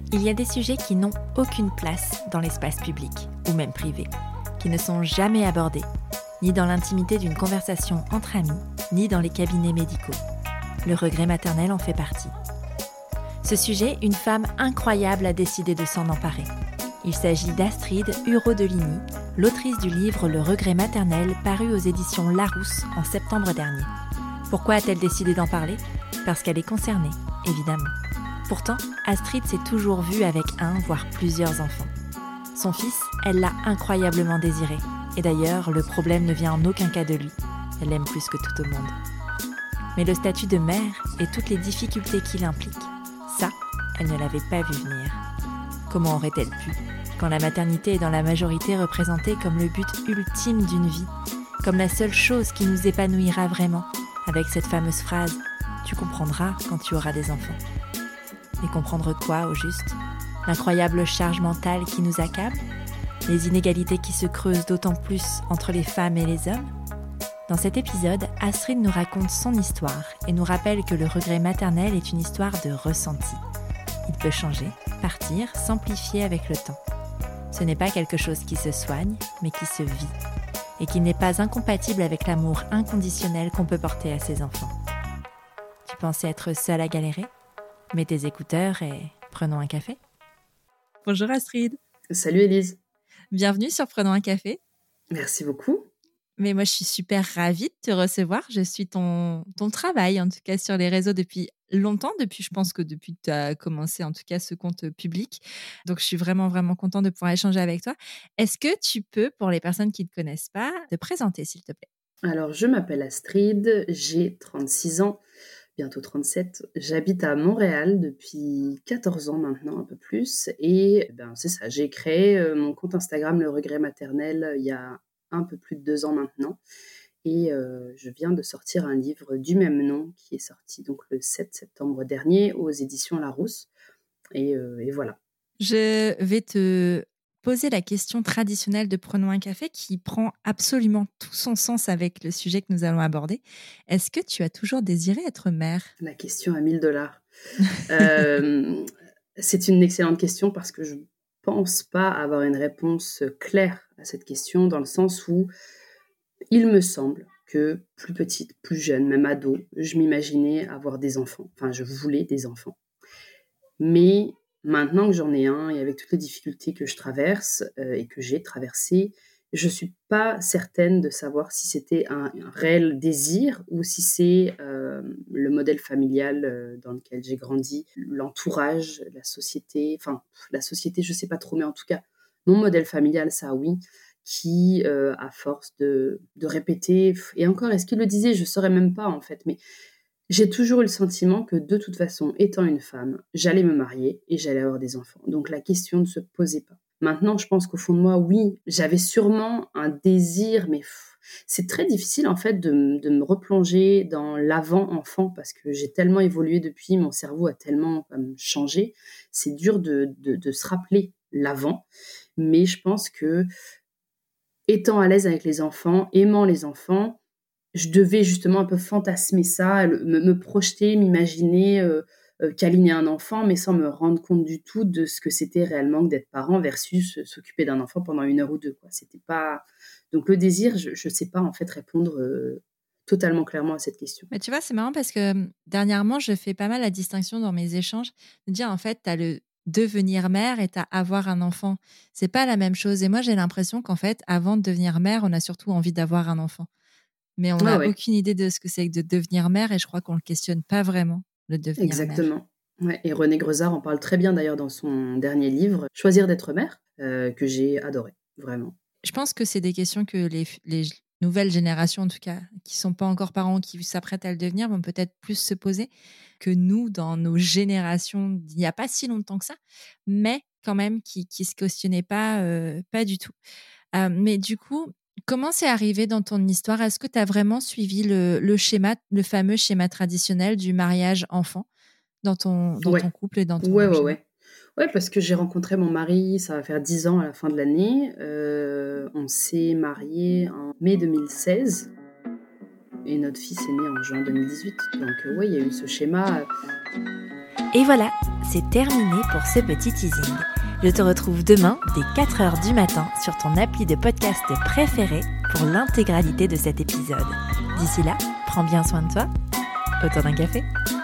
Il y a des sujets qui n'ont aucune place dans l'espace public, ou même privé, qui ne sont jamais abordés, ni dans l'intimité d'une conversation entre amis, ni dans les cabinets médicaux. Le regret maternel en fait partie. Ce sujet, une femme incroyable a décidé de s'en emparer. Il s'agit d'Astrid Huro-Deligny, l'autrice du livre Le regret maternel, paru aux éditions Larousse en septembre dernier. Pourquoi a-t-elle décidé d'en parler ? Parce qu'elle est concernée, évidemment. Pourtant, Astrid s'est toujours vue avec un, voire plusieurs enfants. Son fils, elle l'a incroyablement désiré. Et d'ailleurs, le problème ne vient en aucun cas de lui. Elle l'aime plus que tout au monde. Mais le statut de mère et toutes les difficultés qu'il implique, ça, elle ne l'avait pas vu venir. Comment aurait-elle pu, quand la maternité est dans la majorité représentée comme le but ultime d'une vie, comme la seule chose qui nous épanouira vraiment, avec cette fameuse phrase « Tu comprendras quand tu auras des enfants ». Mais comprendre quoi, au juste ? L'incroyable charge mentale qui nous accable ? Les inégalités qui se creusent d'autant plus entre les femmes et les hommes ? Dans cet épisode, Astrid nous raconte son histoire et nous rappelle que le regret maternel est une histoire de ressenti. Il peut changer, partir, s'amplifier avec le temps. Ce n'est pas quelque chose qui se soigne, mais qui se vit. Et qui n'est pas incompatible avec l'amour inconditionnel qu'on peut porter à ses enfants. Tu pensais être seule à galérer ? Mets tes écouteurs et prenons un café. Bonjour Astrid. Salut Élise. Bienvenue sur Prenons un café. Merci beaucoup. Mais moi, je suis super ravie de te recevoir. Je suis ton travail, en tout cas sur les réseaux depuis longtemps, je pense que depuis que tu as commencé en tout cas ce compte public. Donc, je suis vraiment, vraiment contente de pouvoir échanger avec toi. Est-ce que tu peux, pour les personnes qui ne te connaissent pas, te présenter s'il te plaît ? Alors, je m'appelle Astrid, j'ai 36 ans. Bientôt 37. J'habite à Montréal depuis 14 ans maintenant, un peu plus. Et c'est ça, j'ai créé mon compte Instagram Le Regret Maternel il y a un peu plus de 2 ans maintenant. Et je viens de sortir un livre du même nom qui est sorti donc le 7 septembre dernier aux éditions Larousse. Et voilà. Je vais te poser la question traditionnelle de Prenons un café qui prend absolument tout son sens avec le sujet que nous allons aborder. Est-ce que tu as toujours désiré être mère ? La question à $1000. C'est une excellente question parce que je pense pas avoir une réponse claire à cette question, dans le sens où il me semble que plus petite, plus jeune, même ado, je m'imaginais avoir des enfants. Enfin, je voulais des enfants. Mais maintenant que j'en ai un, et avec toutes les difficultés que je traverse et que j'ai traversées, je ne suis pas certaine de savoir si c'était un réel désir ou si c'est le modèle familial dans lequel j'ai grandi, l'entourage, la société, je ne sais pas trop, mais en tout cas, mon modèle familial, ça oui, qui, à force de répéter, et encore, est-ce qu'il le disait ? Je ne saurais même pas en fait, mais j'ai toujours eu le sentiment que de toute façon, étant une femme, j'allais me marier et j'allais avoir des enfants. Donc la question ne se posait pas. Maintenant, je pense qu'au fond de moi, oui, j'avais sûrement un désir, mais c'est très difficile en fait de me replonger dans l'avant-enfant parce que j'ai tellement évolué depuis, mon cerveau a tellement changé. C'est dur de se rappeler l'avant, mais je pense que étant à l'aise avec les enfants, aimant les enfants, je devais justement un peu fantasmer ça, me projeter, m'imaginer câliner un enfant, mais sans me rendre compte du tout de ce que c'était réellement que d'être parent versus s'occuper d'un enfant pendant 1 heure ou 2. Quoi. C'était pas... Donc le désir, je ne sais pas en fait répondre totalement clairement à cette question. Mais tu vois, c'est marrant parce que dernièrement, je fais pas mal la distinction dans mes échanges de dire en fait, tu as le devenir mère et tu as avoir un enfant. C'est pas la même chose. Et moi, j'ai l'impression qu'en fait, avant de devenir mère, on a surtout envie d'avoir un enfant. Mais on n'a aucune idée de ce que c'est que de devenir mère et je crois qu'on le questionne pas vraiment, le devenir Exactement. mère. Ouais. Et René Grezard en parle très bien d'ailleurs dans son dernier livre, Choisir d'être mère, que j'ai adoré, vraiment. Je pense que c'est des questions que les nouvelles générations, en tout cas, qui ne sont pas encore parents, qui s'apprêtent à le devenir, vont peut-être plus se poser que nous, dans nos générations, il n'y a pas si longtemps que ça, mais quand même qui ne se questionnaient pas du tout. Mais du coup, comment c'est arrivé dans ton histoire ? Est-ce que tu as vraiment suivi le schéma, le fameux schéma traditionnel du mariage enfant dans ton couple et dans ton schéma ? Ouais, parce que j'ai rencontré mon mari, ça va faire 10 ans à la fin de l'année. On s'est mariés en mai 2016 et notre fils est né en juin 2018. Donc il y a eu ce schéma. Et voilà, c'est terminé pour ce petit teasing. Je te retrouve demain dès 4h du matin sur ton appli de podcast préféré pour l'intégralité de cet épisode. D'ici là, prends bien soin de toi. Autour d'un café.